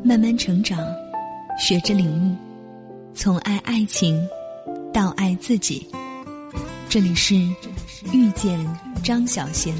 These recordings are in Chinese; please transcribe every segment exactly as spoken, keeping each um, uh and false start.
慢慢成长，学着领悟，从爱爱情到爱自己。这里是遇见张小娴。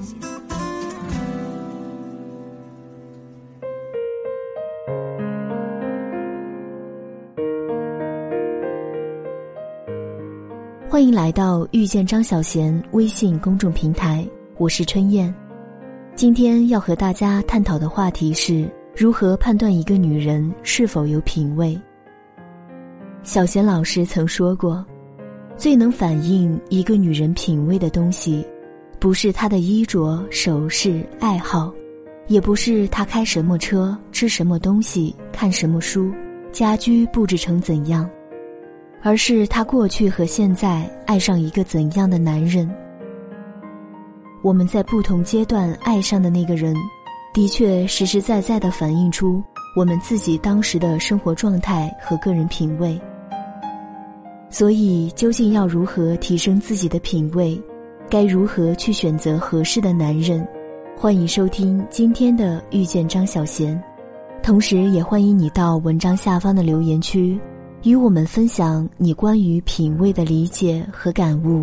欢迎来到遇见张小娴微信公众平台，我是春燕。今天要和大家探讨的话题是如何判断一个女人是否有品味。小娴老师曾说过，最能反映一个女人品味的东西，不是她的衣着、首饰、爱好，也不是她开什么车、吃什么东西、看什么书、家居布置成怎样，而是她过去和现在爱上一个怎样的男人。我们在不同阶段爱上的那个人，的确实实在在地反映出我们自己当时的生活状态和个人品味。所以究竟要如何提升自己的品味，该如何去选择合适的男人，欢迎收听今天的遇见张小娴。同时也欢迎你到文章下方的留言区与我们分享你关于品味的理解和感悟。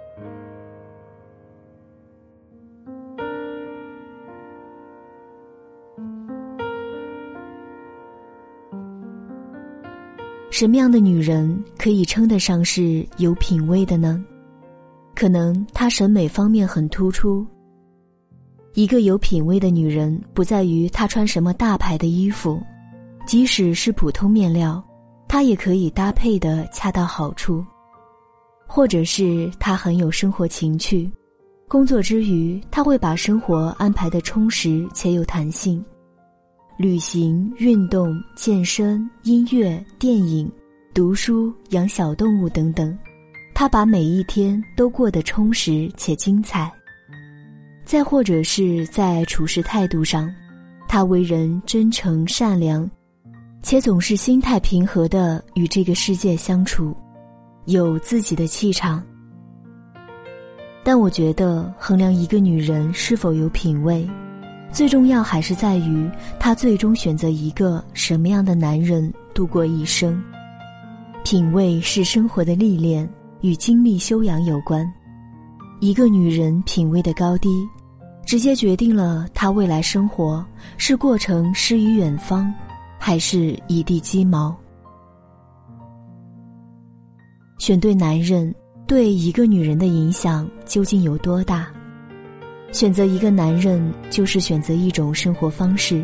什么样的女人可以称得上是有品味的呢？可能她审美方面很突出。一个有品味的女人，不在于她穿什么大牌的衣服，即使是普通面料，她也可以搭配得恰到好处。或者是她很有生活情趣，工作之余，她会把生活安排得充实且有弹性。旅行、运动、健身、音乐、电影、读书、养小动物等等，他把每一天都过得充实且精彩。再或者是在处事态度上，他为人真诚善良，且总是心态平和地与这个世界相处，有自己的气场。但我觉得衡量一个女人是否有品味，最重要还是在于她最终选择一个什么样的男人度过一生。品味是生活的历练，与经历修养有关。一个女人品味的高低，直接决定了她未来生活是过程诗与远方，还是一地鸡毛。选对男人对一个女人的影响究竟有多大？选择一个男人，就是选择一种生活方式。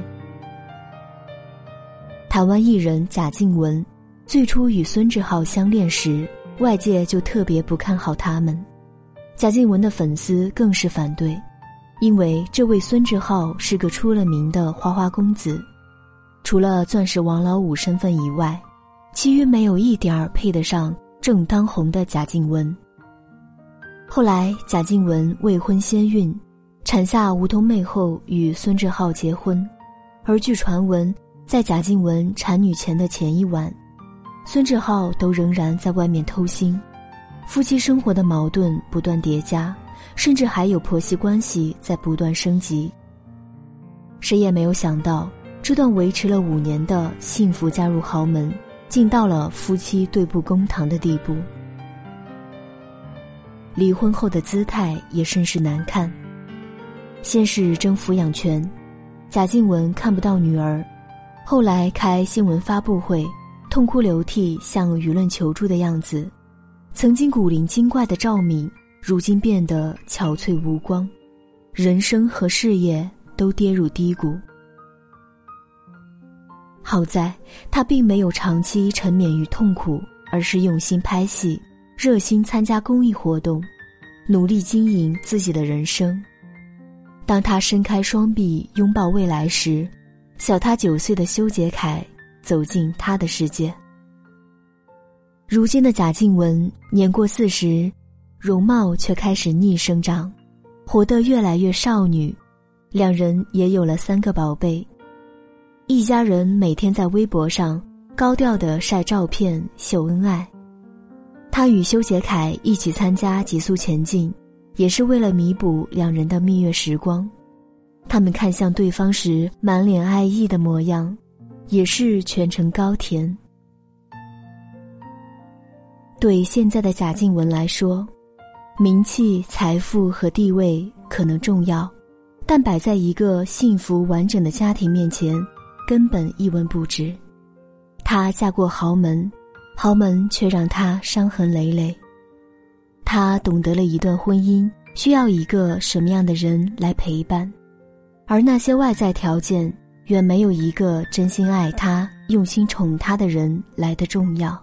台湾艺人贾静雯最初与孙志浩相恋时，外界就特别不看好他们。贾静雯的粉丝更是反对，因为这位孙志浩是个出了名的花花公子，除了钻石王老五身份以外，其余没有一点儿配得上正当红的贾静雯。后来贾静雯未婚先孕，产下梧桐妹后与孙志浩结婚，而据传闻，在贾静雯产女前的前一晚，孙志浩都仍然在外面偷腥，夫妻生活的矛盾不断叠加，甚至还有婆媳关系在不断升级。谁也没有想到，这段维持了五年的幸福嫁入豪门，竟到了夫妻对簿公堂的地步。离婚后的姿态也甚是难看。先是争抚养权，贾静雯看不到女儿，后来开新闻发布会，痛哭流涕向舆论求助的样子。曾经古灵精怪的赵敏，如今变得憔悴无光，人生和事业都跌入低谷。好在她并没有长期沉湎于痛苦，而是用心拍戏，热心参加公益活动，努力经营自己的人生。当他伸开双臂拥抱未来时，小他九岁的修杰楷走进他的世界。如今的贾静雯年过四十，容貌却开始逆生长，活得越来越少女。两人也有了三个宝贝，一家人每天在微博上高调地晒照片秀恩爱。他与修杰楷一起参加极速前进，也是为了弥补两人的蜜月时光。他们看向对方时满脸爱意的模样， 也是全程高甜。对现在的贾静雯来说，名气、财富和地位可能重要，但摆在一个幸福完整的家庭面前，根本一文不值。她嫁过豪门，豪门却让她伤痕累累。她懂得了一段婚姻需要一个什么样的人来陪伴，而那些外在条件远没有一个真心爱她、用心宠她的人来得重要。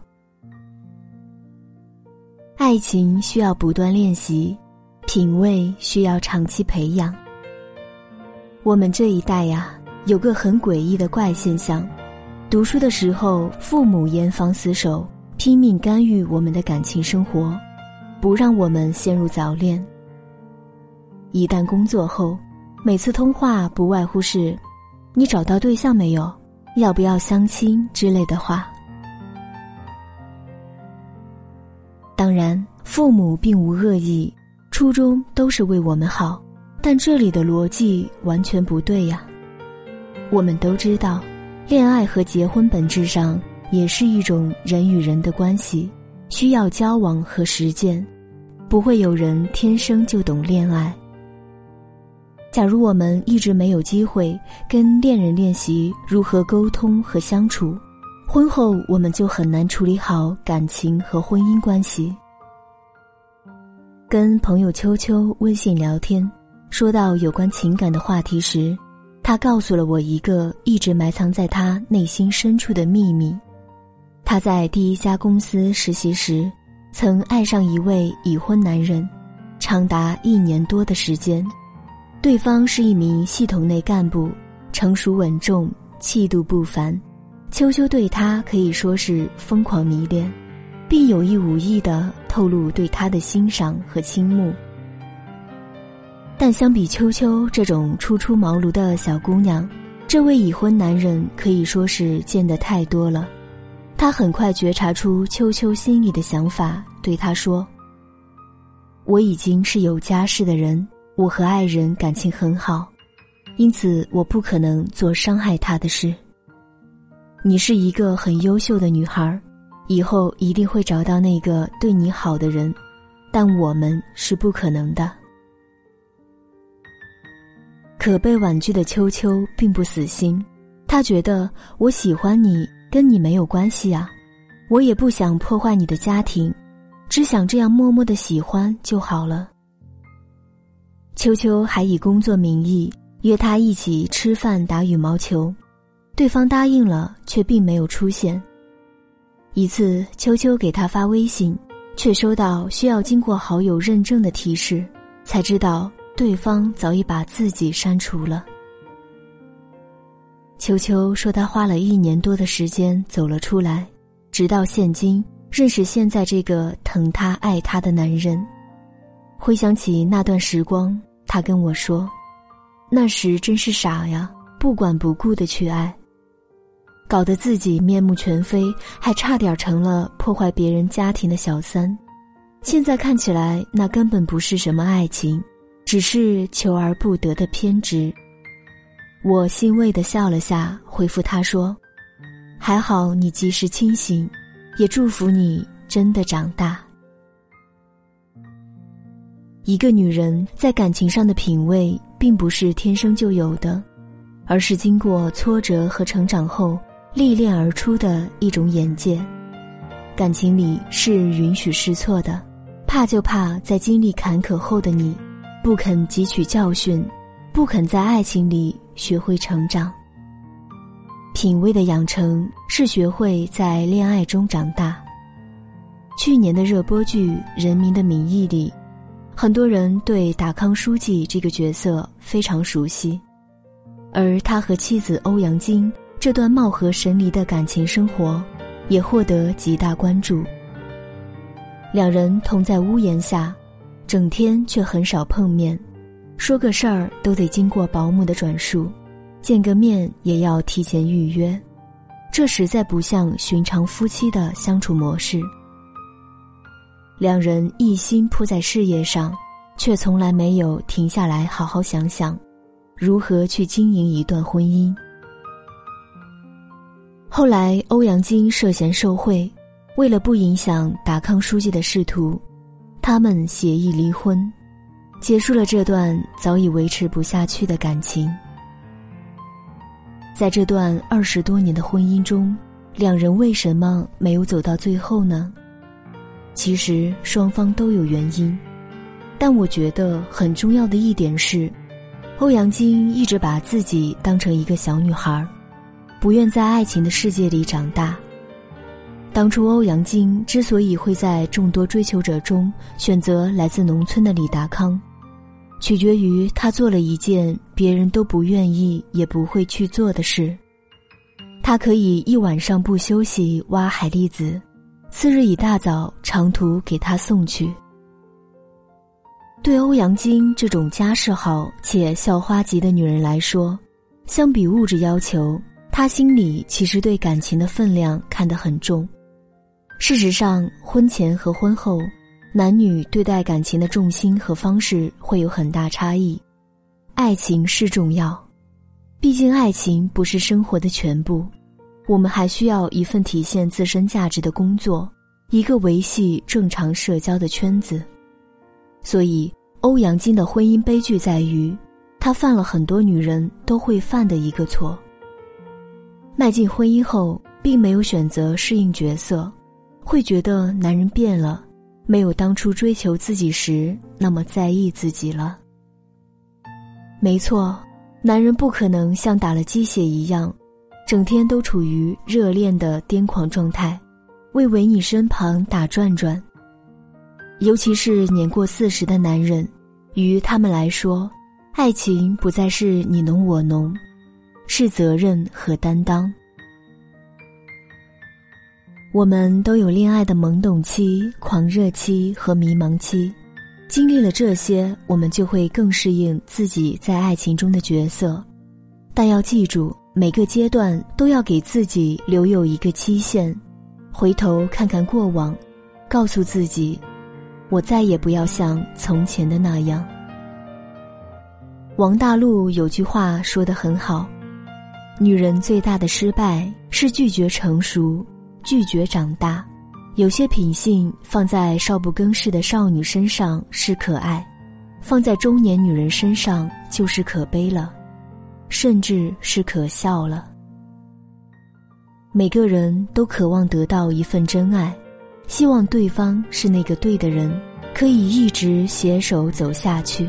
爱情需要不断练习，品味需要长期培养。我们这一代呀，有个很诡异的怪现象，读书的时候父母严防死守，拼命干预我们的感情生活，不让我们陷入早恋。一旦工作后，每次通话不外乎是你找到对象没有，要不要相亲之类的话。当然，父母并无恶意，初衷都是为我们好，但这里的逻辑完全不对呀。我们都知道，恋爱和结婚本质上也是一种人与人的关系，需要交往和实践，不会有人天生就懂恋爱。假如我们一直没有机会跟恋人练习如何沟通和相处，婚后我们就很难处理好感情和婚姻关系。跟朋友秋秋微信聊天，说到有关情感的话题时，他告诉了我一个一直埋藏在他内心深处的秘密。他在第一家公司实习时，曾爱上一位已婚男人，长达一年多的时间。对方是一名系统内干部，成熟稳重，气度不凡。秋秋对他可以说是疯狂迷恋，并有意无意地透露对他的欣赏和倾慕。但相比秋秋这种初出茅庐的小姑娘，这位已婚男人可以说是见得太多了。他很快觉察出秋秋心里的想法，对她说：我已经是有家室的人，我和爱人感情很好，因此我不可能做伤害他的事。你是一个很优秀的女孩，以后一定会找到那个对你好的人，但我们是不可能的。可被婉拒的秋秋并不死心，她觉得我喜欢你跟你没有关系啊，我也不想破坏你的家庭，只想这样默默的喜欢就好了。秋秋还以工作名义约他一起吃饭打羽毛球，对方答应了，却并没有出现。一次秋秋给他发微信，却收到需要经过好友认证的提示，才知道对方早已把自己删除了。秋秋说他花了一年多的时间走了出来，直到现今认识现在这个疼他爱他的男人。回想起那段时光，他跟我说，那时真是傻呀，不管不顾的去爱，搞得自己面目全非，还差点成了破坏别人家庭的小三。现在看起来那根本不是什么爱情，只是求而不得的偏执。我欣慰地笑了下，回复他说，还好你及时清醒，也祝福你真的长大。一个女人在感情上的品味并不是天生就有的，而是经过挫折和成长后历练而出的一种眼界。感情里是允许试错的，怕就怕在经历坎坷后的你不肯汲取教训，不肯在爱情里学会成长。品味的养成是学会在恋爱中长大。去年的热播剧《人民的名义》里，很多人对达康书记这个角色非常熟悉，而他和妻子欧阳菁这段貌合神离的感情生活也获得极大关注。两人同在屋檐下，整天却很少碰面，说个事儿都得经过保姆的转述，见个面也要提前预约，这实在不像寻常夫妻的相处模式。两人一心扑在事业上，却从来没有停下来好好想想如何去经营一段婚姻。 后来欧阳菁涉嫌受贿，为了不影响达康书记的仕途，他们协议离婚，结束了这段早已维持不下去的感情。在这段二十多年的婚姻中，两人为什么没有走到最后呢？其实双方都有原因，但我觉得很重要的一点是，欧阳菁一直把自己当成一个小女孩，不愿在爱情的世界里长大。当初欧阳菁之所以会在众多追求者中选择来自农村的李达康，取决于他做了一件别人都不愿意也不会去做的事。他可以一晚上不休息挖海蛎子，次日一大早长途给他送去。对欧阳菁这种家世好且校花级的女人来说，相比物质要求，她心里其实对感情的分量看得很重。事实上，婚前和婚后，男女对待感情的重心和方式会有很大差异。爱情是重要，毕竟爱情不是生活的全部，我们还需要一份体现自身价值的工作，一个维系正常社交的圈子。所以欧阳菁的婚姻悲剧在于，她犯了很多女人都会犯的一个错。迈进婚姻后，并没有选择适应角色，会觉得男人变了，没有当初追求自己时那么在意自己了。没错，男人不可能像打了鸡血一样，整天都处于热恋的癫狂状态，为围你身旁打转转。尤其是年过四十的男人，于他们来说，爱情不再是你侬我侬，是责任和担当。我们都有恋爱的懵懂期、狂热期和迷茫期，经历了这些，我们就会更适应自己在爱情中的角色。但要记住，每个阶段都要给自己留有一个期限，回头看看过往，告诉自己，我再也不要像从前的那样。王大陆有句话说得很好，女人最大的失败是拒绝成熟，拒绝长大。有些品性放在少不更事的少女身上是可爱，放在中年女人身上就是可悲了，甚至是可笑了。每个人都渴望得到一份真爱，希望对方是那个对的人，可以一直携手走下去。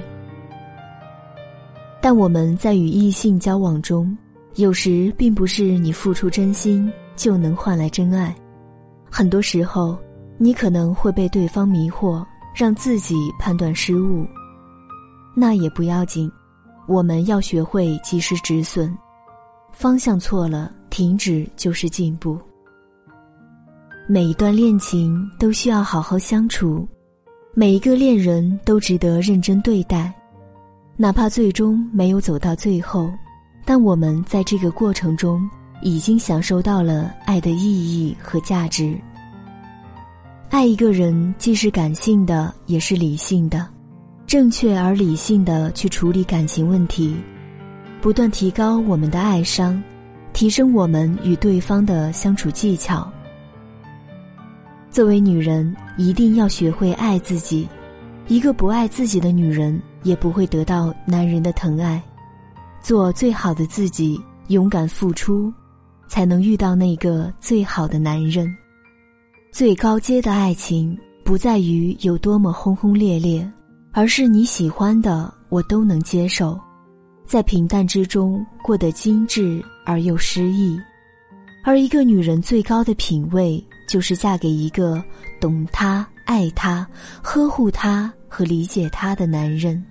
但我们在与异性交往中，有时并不是你付出真心就能换来真爱。很多时候，你可能会被对方迷惑，让自己判断失误。那也不要紧，我们要学会及时止损，方向错了，停止就是进步。每一段恋情都需要好好相处，每一个恋人都值得认真对待。哪怕最终没有走到最后，但我们在这个过程中已经享受到了爱的意义和价值。爱一个人既是感性的，也是理性的，正确而理性的去处理感情问题，不断提高我们的爱商，提升我们与对方的相处技巧。作为女人，一定要学会爱自己，一个不爱自己的女人也不会得到男人的疼爱。做最好的自己，勇敢付出，才能遇到那个最好的男人。最高阶的爱情不在于有多么轰轰烈烈，而是你喜欢的我都能接受，在平淡之中过得精致而又诗意。而一个女人最高的品味，就是嫁给一个懂她、爱她、呵护她和理解她的男人。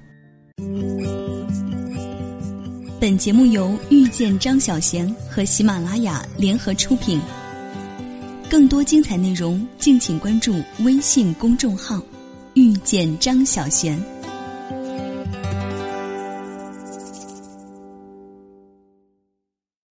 本节目由遇见张小娴和喜马拉雅联合出品，更多精彩内容敬请关注微信公众号遇见张小娴。